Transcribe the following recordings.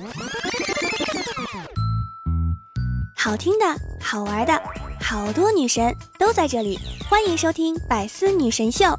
好听的，好玩的，好多女神都在这里，欢迎收听百思女神秀。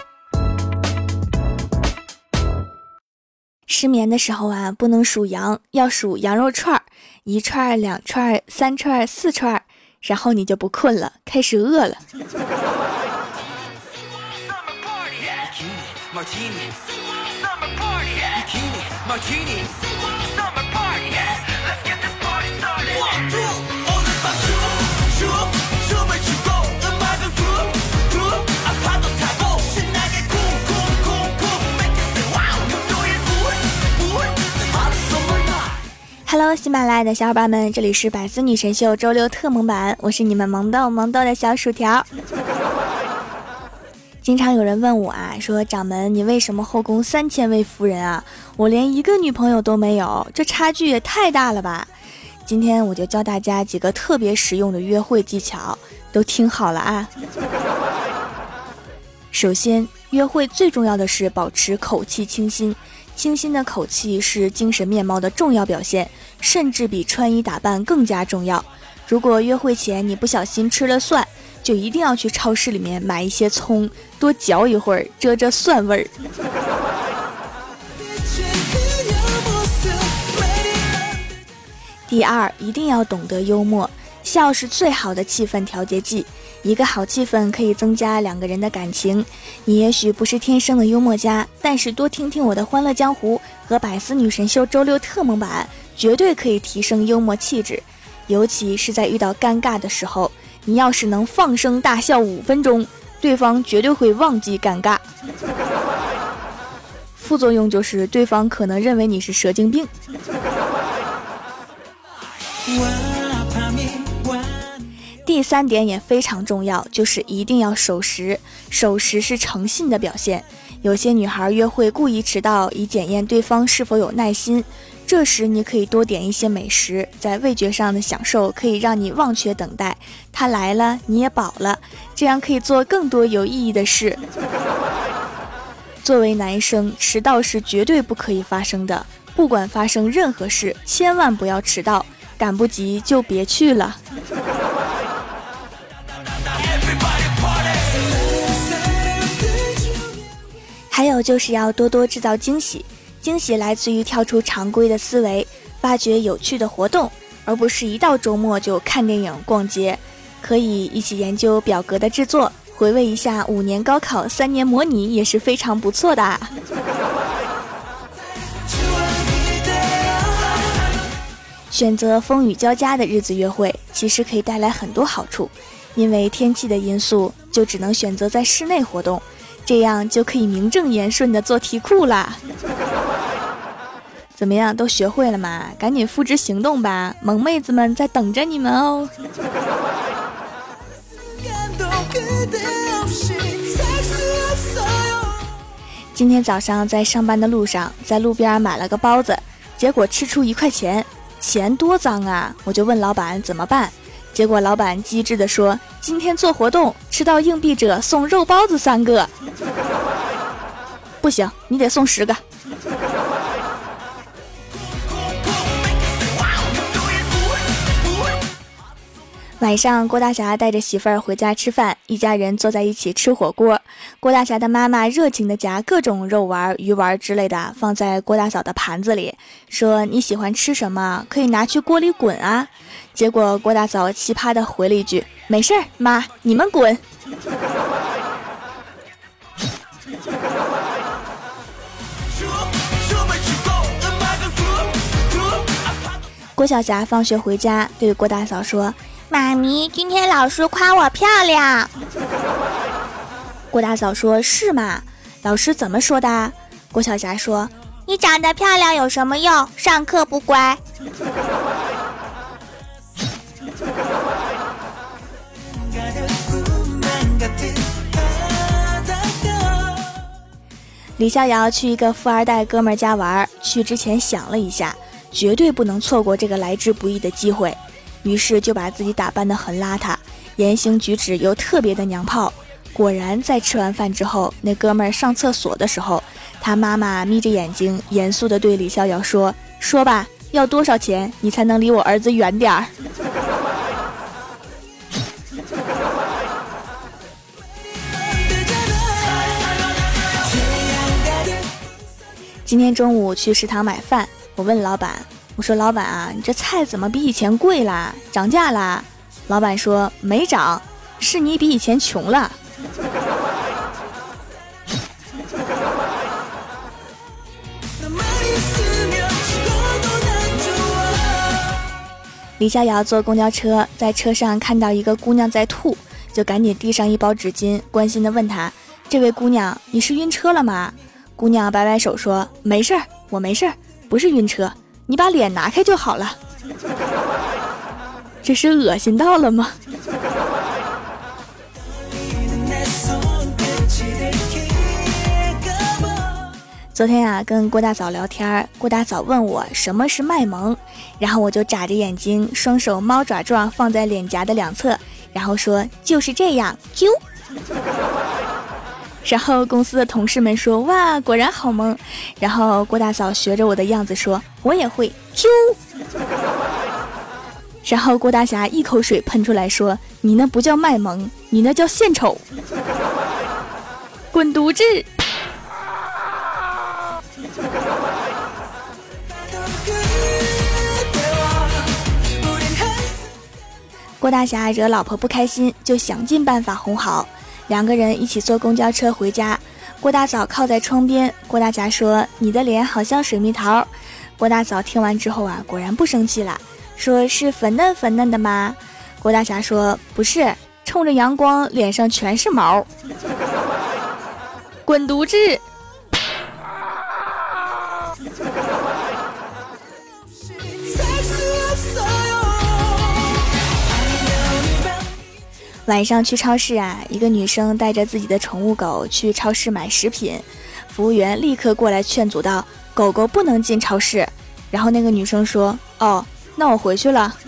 失眠的时候啊，不能数羊，要数羊肉串儿，1串、2串、3串、4串，然后你就不困了，开始饿了。Hello， 喜马拉雅的小伙伴们，这里是百思女神秀周六特萌版，我是你们萌豆的小薯条。经常有人问我啊，说掌门你为什么后宫3000位夫人啊？我连一个女朋友都没有，这差距也太大了吧？今天我就教大家几个特别实用的约会技巧，都听好了啊。首先，约会最重要的是保持口气清新，清新的口气是精神面貌的重要表现，甚至比穿衣打扮更加重要。如果约会前你不小心吃了蒜，就一定要去超市里面买一些葱，多嚼一会儿，遮蒜味儿。第二，一定要懂得幽默，笑是最好的气氛调节剂。一个好气氛可以增加2个人的感情。你也许不是天生的幽默家，但是多听听我的欢乐江湖和百思女神秀周六特萌版，绝对可以提升幽默气质。尤其是在遇到尴尬的时候，你要是能放声大笑5分钟，对方绝对会忘记尴尬。副作用就是对方可能认为你是神经病。第3点也非常重要，就是一定要守时。守时是诚信的表现。有些女孩约会故意迟到，以检验对方是否有耐心。这时你可以多点一些美食，在味觉上的享受可以让你忘却等待。他来了，你也饱了，这样可以做更多有意义的事。作为男生，迟到是绝对不可以发生的。不管发生任何事，千万不要迟到，赶不及就别去了。还有就是要多多制造惊喜，惊喜来自于跳出常规的思维，发掘有趣的活动，而不是一到周末就看电影逛街。可以一起研究表格的制作，回味一下5年高考3年模拟也是非常不错的。选择风雨交加的日子约会，其实可以带来很多好处。因为天气的因素，就只能选择在室内活动，这样就可以名正言顺地做题库啦。怎么样，都学会了吗？赶紧付之行动吧，萌妹子们在等着你们哦。今天早上在上班的路上，在路边买了个包子，结果吃出1块钱，钱多脏啊！我就问老板怎么办，结果老板机智地说，今天做活动，吃到硬币者送肉包子3个。不行，你得送10个。晚上，郭大侠带着媳妇儿回家吃饭，一家人坐在一起吃火锅。郭大侠的妈妈热情地夹各种肉丸、鱼丸之类的放在郭大嫂的盘子里，说你喜欢吃什么可以拿去锅里滚啊。结果郭大嫂奇葩地回了一句，没事儿，妈，你们滚。郭晓霞放学回家对郭大嫂说，妈咪，今天老师夸我漂亮。郭大嫂说，是吗？老师怎么说的？郭晓霞说，你长得漂亮有什么用？上课不乖。李逍遥去一个富二代哥们家玩，去之前想了一下，绝对不能错过这个来之不易的机会，于是就把自己打扮得很邋遢，言行举止又特别的娘炮。果然在吃完饭之后，那哥们儿上厕所的时候，他妈妈眯着眼睛严肃地对李逍遥说，说吧， 要多少钱你才能离我儿子远点儿？今天中午去食堂买饭，我问老板，我说老板啊，你这菜怎么比以前贵啦？涨价啦？老板说没涨，是你比以前穷了。李逍遥坐公交车，在车上看到一个姑娘在吐，就赶紧递上一包纸巾，关心地问她，这位姑娘，你是晕车了吗？姑娘摆摆手说，没事儿，我没事儿，不是晕车，你把脸拿开就好了。这是恶心到了吗？昨天啊，跟郭大嫂聊天，郭大嫂问我什么是卖萌，然后我就眨着眼睛，双手猫爪状放在脸颊的两侧，然后说就是这样，啾。然后公司的同事们说，哇，果然好萌。然后郭大嫂学着我的样子说，我也会，啾。然后郭大侠一口水喷出来说，你那不叫卖萌，你那叫献丑。滚犊子！郭大侠惹老婆不开心，就想尽办法哄好，两个人一起坐公交车回家。郭大嫂靠在窗边，郭大侠说，你的脸好像水蜜桃。郭大嫂听完之后啊，果然不生气了，说是粉嫩粉嫩的吗？郭大侠说不是，冲着阳光脸上全是毛。滚犊子！晚上去超市啊，一个女生带着自己的宠物狗去超市买食品，服务员立刻过来劝阻道，狗狗不能进超市。然后那个女生说，哦，那我回去了。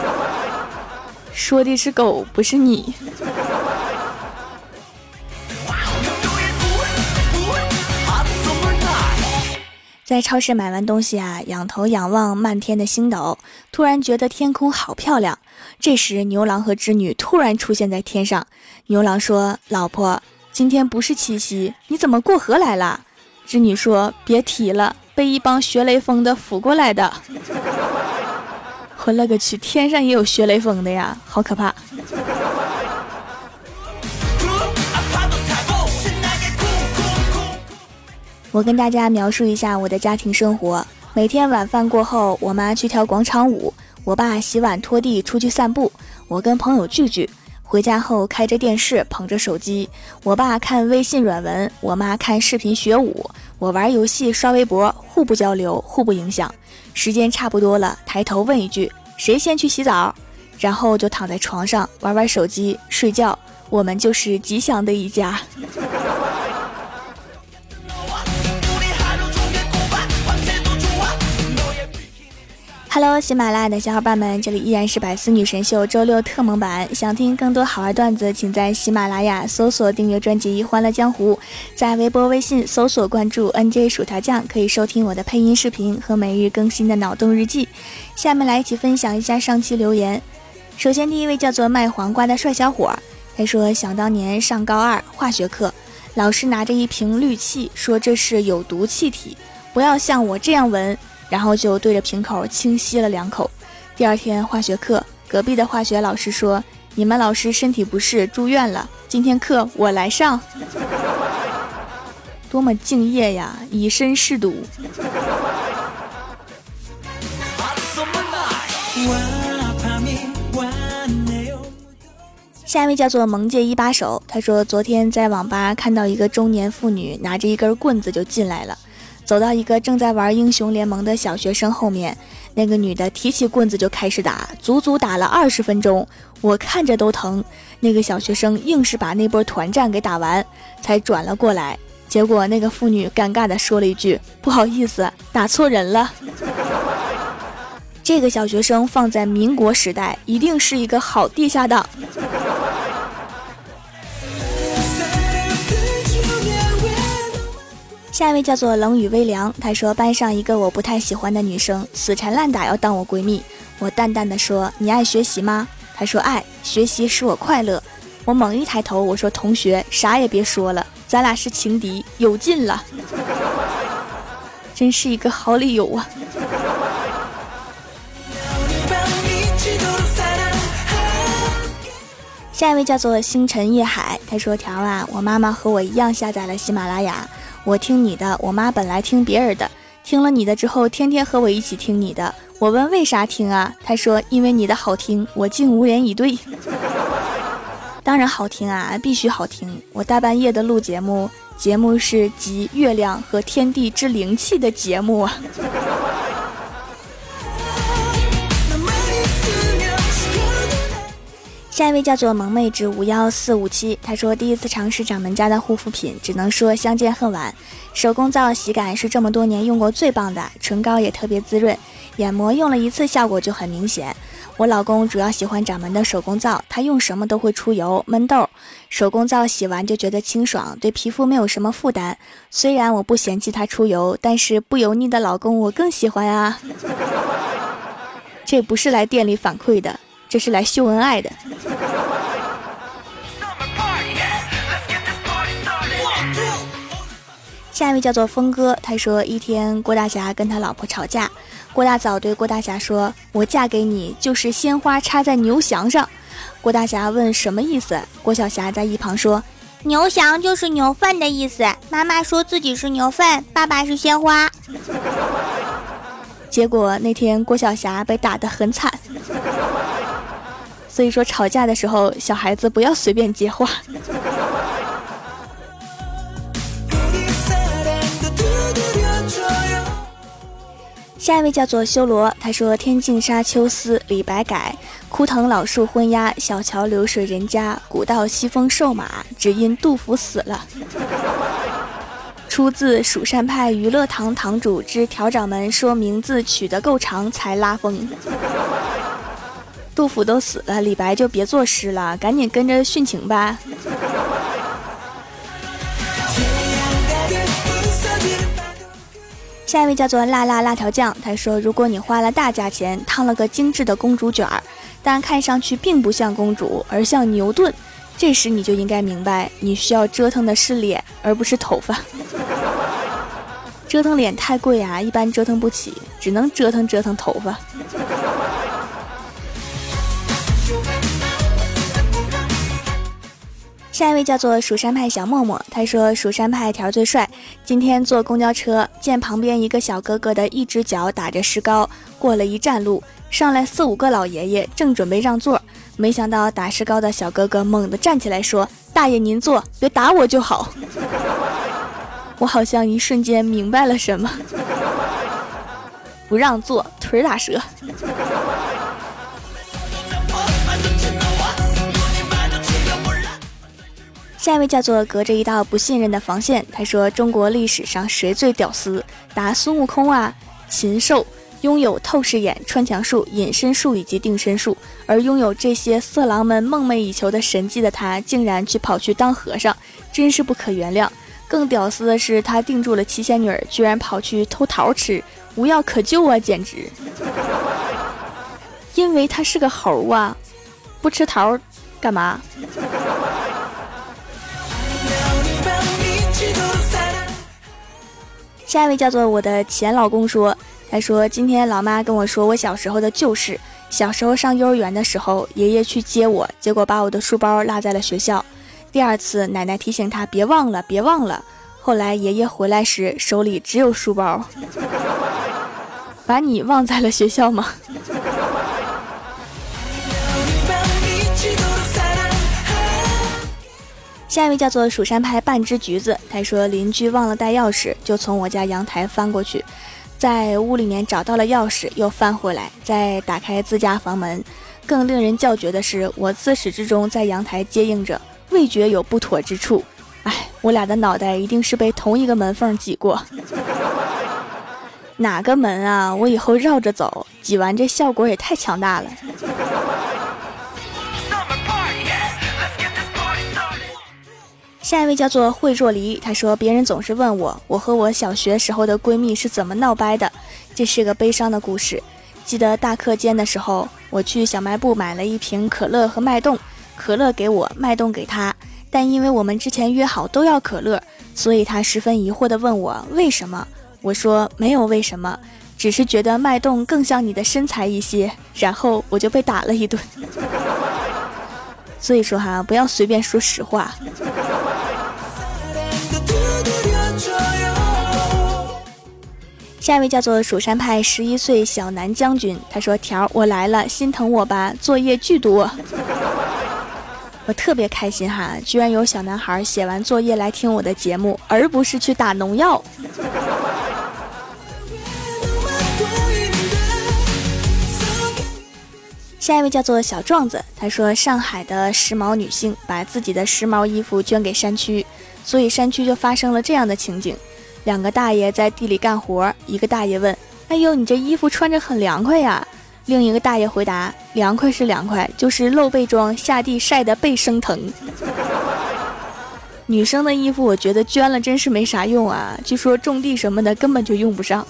说的是狗，不是你。在超市买完东西啊，仰头仰望漫天的星斗，突然觉得天空好漂亮。这时牛郎和织女突然出现在天上，牛郎说，老婆，今天不是七夕，你怎么过河来了？织女说，别提了，被一帮学雷锋的扶过来的。我勒个去，天上也有学雷锋的呀，好可怕。我跟大家描述一下我的家庭生活，每天晚饭过后，我妈去跳广场舞，我爸洗碗拖地出去散步，我跟朋友聚聚，回家后开着电视捧着手机，我爸看微信软文，我妈看视频学舞，我玩游戏刷微博，互不交流，互不影响。时间差不多了，抬头问一句，谁先去洗澡？然后就躺在床上玩玩手机睡觉，我们就是吉祥的一家。Hello， 喜马拉雅的小伙伴们，这里依然是百思女神秀周六特蒙版。想听更多好玩段子，请在喜马拉雅搜索订阅专辑《欢乐江湖》，在微博、微信搜索关注 NJ 薯条酱，可以收听我的配音视频和每日更新的脑洞日记。下面来一起分享一下上期留言。首先第一位叫做卖黄瓜的帅小伙，他说想当年上高二化学课，老师拿着一瓶氯气说这是有毒气体，不要像我这样闻，然后就对着瓶口轻吸了2口。第二天化学课，隔壁的化学老师说，你们老师身体不适住院了，今天课我来上。多么敬业呀，以身试毒。下一位叫做萌界一把手，他说昨天在网吧看到一个中年妇女拿着一根棍子就进来了，走到一个正在玩英雄联盟的小学生后面，那个女的提起棍子就开始打，足足打了20分钟，我看着都疼。那个小学生硬是把那波团战给打完，才转了过来。结果那个妇女尴尬地说了一句，不好意思，打错人了。这个小学生放在民国时代一定是一个好地下党。 下一位叫做冷雨微凉，他说班上一个我不太喜欢的女生死缠烂打要当我闺蜜，我淡淡的说你爱学习吗？他说爱，学习使我快乐。我猛一抬头，我说同学啥也别说了，咱俩是情敌，有劲了。真是一个好理由啊。下一位叫做星辰夜海，他说条啊，我妈妈和我一样下载了喜马拉雅，我听你的，我妈本来听别人的，听了你的之后天天和我一起听你的，我问为啥听啊，他说因为你的好听，我竟无言以对。当然好听啊，必须好听，我大半夜的录节目是集月亮和天地之灵气的节目啊。下一位叫做萌妹子51457，他说第一次尝试掌门家的护肤品，只能说相见恨晚。手工皂洗感是这么多年用过最棒的，唇膏也特别滋润，眼膜用了一次效果就很明显。我老公主要喜欢掌门的手工皂，他用什么都会出油闷痘，手工皂洗完就觉得清爽，对皮肤没有什么负担。虽然我不嫌弃他出油，但是不油腻的老公我更喜欢啊。这不是来店里反馈的，这是来秀恩爱的。下一位叫做峰哥，他说一天郭大侠跟他老婆吵架，郭大嫂对郭大侠说，我嫁给你就是鲜花插在牛翔上。郭大侠问什么意思，郭小霞在一旁说，牛翔就是牛粪的意思，妈妈说自己是牛粪，爸爸是鲜花。结果那天郭小霞被打得很惨。所以说吵架的时候小孩子不要随便接话。下一位叫做修罗，他说天净沙秋思李白改，枯藤老树昏鸦，小桥流水人家，古道西风瘦马，只因杜甫死了。出自蜀山派娱乐堂堂主之调掌门说名字取得够长才拉风。杜甫都死了，李白就别作诗了，赶紧跟着殉情吧。下一位叫做辣辣辣条酱，他说如果你花了大价钱烫了个精致的公主卷儿，但看上去并不像公主而像牛顿，这时你就应该明白你需要折腾的是脸而不是头发。折腾脸太贵啊，一般折腾不起，只能折腾头发。下一位叫做蜀山派小默默，他说蜀山派条最帅，今天坐公交车见旁边一个小哥哥的一只脚打着石膏，过了一站路，上来4-5个老爷爷正准备让座，没想到打石膏的小哥哥猛地站起来说，大爷您坐，别打我就好。我好像一瞬间明白了什么。不让座，腿打折。下一位叫做隔着一道不信任的防线，他说中国历史上谁最屌丝？答孙悟空啊，禽兽，拥有透视眼、穿墙术、隐身术以及定身术，而拥有这些色狼们梦寐以求的神迹的他，竟然跑去当和尚，真是不可原谅。更屌丝的是，他定住了七仙女，居然跑去偷桃吃，无药可救啊，简直！因为他是个猴啊，不吃桃干嘛？下一位叫做我的前老公说，他说今天老妈跟我说我小时候的旧事，小时候上幼儿园的时候，爷爷去接我，结果把我的书包落在了学校。第二次奶奶提醒他别忘了别忘了，后来爷爷回来时手里只有书包。把你忘在了学校吗？下一位叫做蜀山派半只橘子，他说邻居忘了带钥匙，就从我家阳台翻过去，在屋里面找到了钥匙，又翻回来，再打开自家房门。更令人叫绝的是，我自始至终在阳台接应着，未觉有不妥之处。哎，我俩的脑袋一定是被同一个门缝挤过。哪个门啊？我以后绕着走，挤完这效果也太强大了。 下一位叫做惠若离，他说别人总是问我和我小学时候的闺蜜是怎么闹掰的，这是个悲伤的故事。记得大课间的时候，我去小卖部买了一瓶可乐和脉动，可乐给我，脉动给她，但因为我们之前约好都要可乐，所以她十分疑惑地问我为什么。我说没有为什么，只是觉得脉动更像你的身材一些，然后我就被打了一顿。所以说哈，不要随便说实话。下一位叫做蜀山派11岁小南将军，他说条我来了，心疼我吧，作业巨多。我特别开心哈，居然有小男孩写完作业来听我的节目，而不是去打农药。下一位叫做小壮子，他说上海的时髦女性把自己的时髦衣服捐给山区，所以山区就发生了这样的情景。两个大爷在地里干活，一个大爷问，哎呦你这衣服穿着很凉快呀。另一个大爷回答，凉快是凉快，就是露背装，下地晒得背生疼。女生的衣服我觉得捐了真是没啥用啊，据说种地什么的根本就用不上。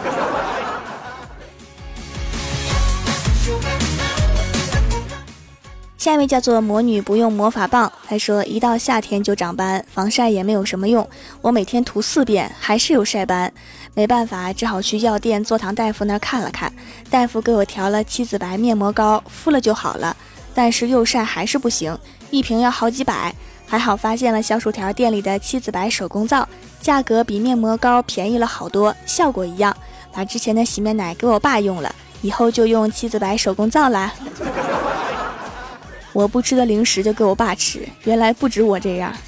下一位叫做魔女不用魔法棒，他说一到夏天就长斑，防晒也没有什么用，我每天涂4遍还是有晒斑，没办法只好去药店坐堂大夫那儿看了看，大夫给我调了七子白面膜膏，敷了就好了，但是又晒还是不行，一瓶要好几百，还好发现了小薯条店里的七子白手工皂，价格比面膜膏便宜了好多，效果一样，把之前的洗面奶给我爸用了，以后就用七子白手工皂啦。我不吃的零食就给我爸吃，原来不止我这样。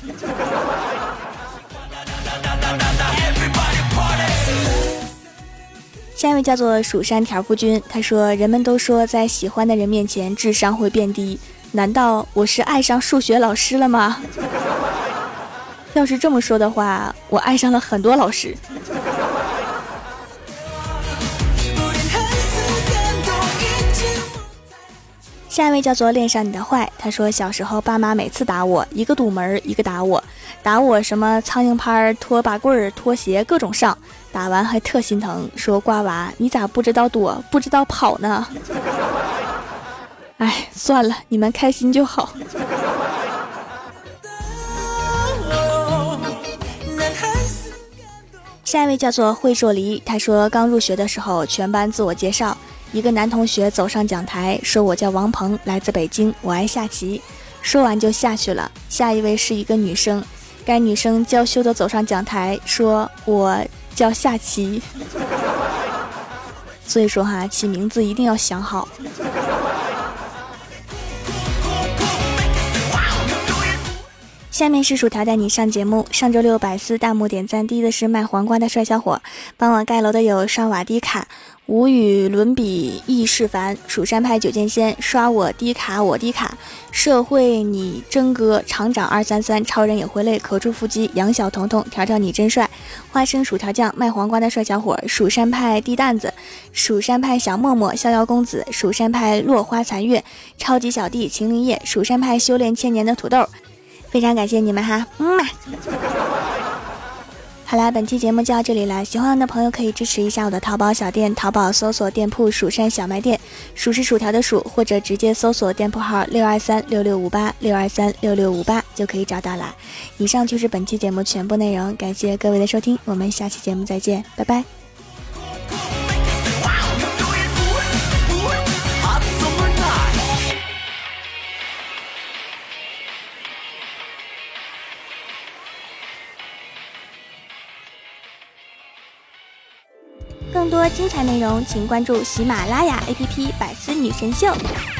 下一位叫做蜀山条夫君，他说人们都说在喜欢的人面前智商会变低，难道我是爱上数学老师了吗？要是这么说的话，我爱上了很多老师。下一位叫做恋上你的坏，他说小时候爸妈每次打我，一个堵门一个打我什么苍蝇拍、拖把棍、拖鞋各种上，打完还特心疼，说瓜娃你咋不知道躲不知道跑呢？哎，算了，你们开心就好。下一位叫做惠若离，他说刚入学的时候全班自我介绍，一个男同学走上讲台说我叫王鹏，来自北京，我爱下棋，说完就下去了。下一位是一个女生，该女生娇羞地走上讲台说我叫下棋。所以说哈，起名字一定要想好。下面是薯条带你上节目。上周六百思弹幕点赞第一的是卖黄瓜的帅小伙，帮我盖楼的有刷瓦迪卡、无与伦比易世凡、蜀山派九剑仙、刷我低卡我低卡、社会你真哥、厂长233、超人也会累、咳出腹肌、杨小彤彤、条条你真帅、花生薯条酱、卖黄瓜的帅小伙、蜀山派地蛋子、蜀山派小默默、逍遥公子、蜀山派落花残月、超级小弟秦灵叶、蜀山派修炼千年的土豆。非常感谢你们哈，好啦，本期节目就到这里了。喜欢的朋友可以支持一下我的淘宝小店，淘宝搜索店铺蜀山小卖店，蜀是薯条的蜀，或者直接搜索店铺号6236658，6236658就可以找到啦。以上就是本期节目全部内容，感谢各位的收听，我们下期节目再见，拜拜。更多精彩内容请关注喜马拉雅 APP 百思女神秀。